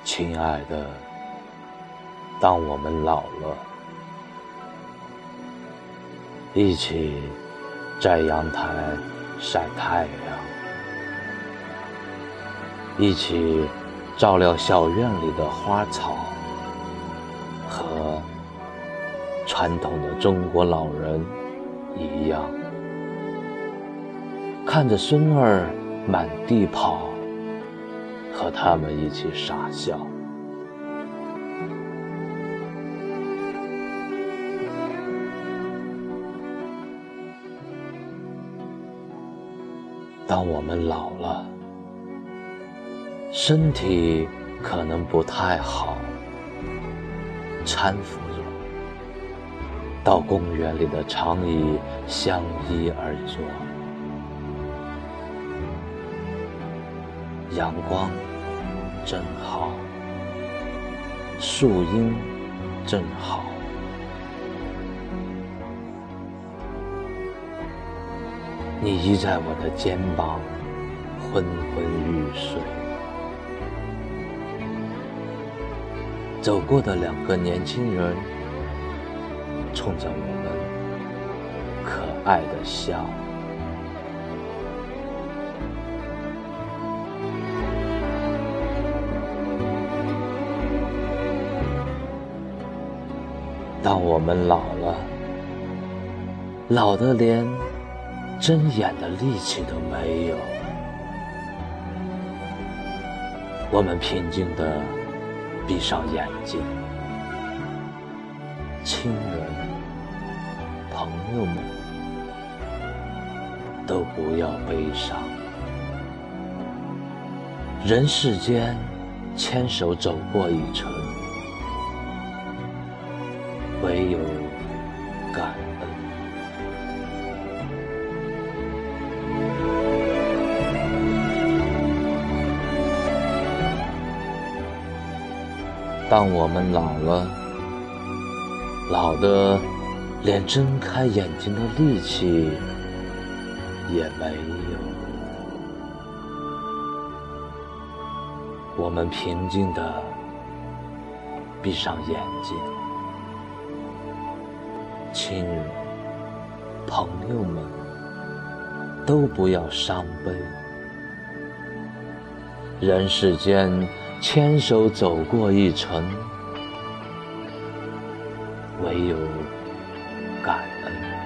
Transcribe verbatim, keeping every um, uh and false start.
亲爱的，当我们老了，一起在阳台晒太阳，一起照料小院里的花草，和传统的中国老人一样，看着孙儿满地跑，和他们一起傻笑。当我们老了，身体可能不太好，搀扶着到公园里的长椅相依而坐，阳光真好，树荫真好，你依在我的肩膀，昏昏欲睡。走过的两个年轻人，冲着我们可爱的笑。当我们老了，老得连睁眼的力气都没有，我们平静地闭上眼睛，亲人、朋友们都不要悲伤。人世间牵手走过一程，唯有感恩。当我们老了，老得连睁开眼睛的力气也没有，我们平静地闭上眼睛，亲人、朋友们都不要伤悲。人世间牵手走过一程，唯有感恩。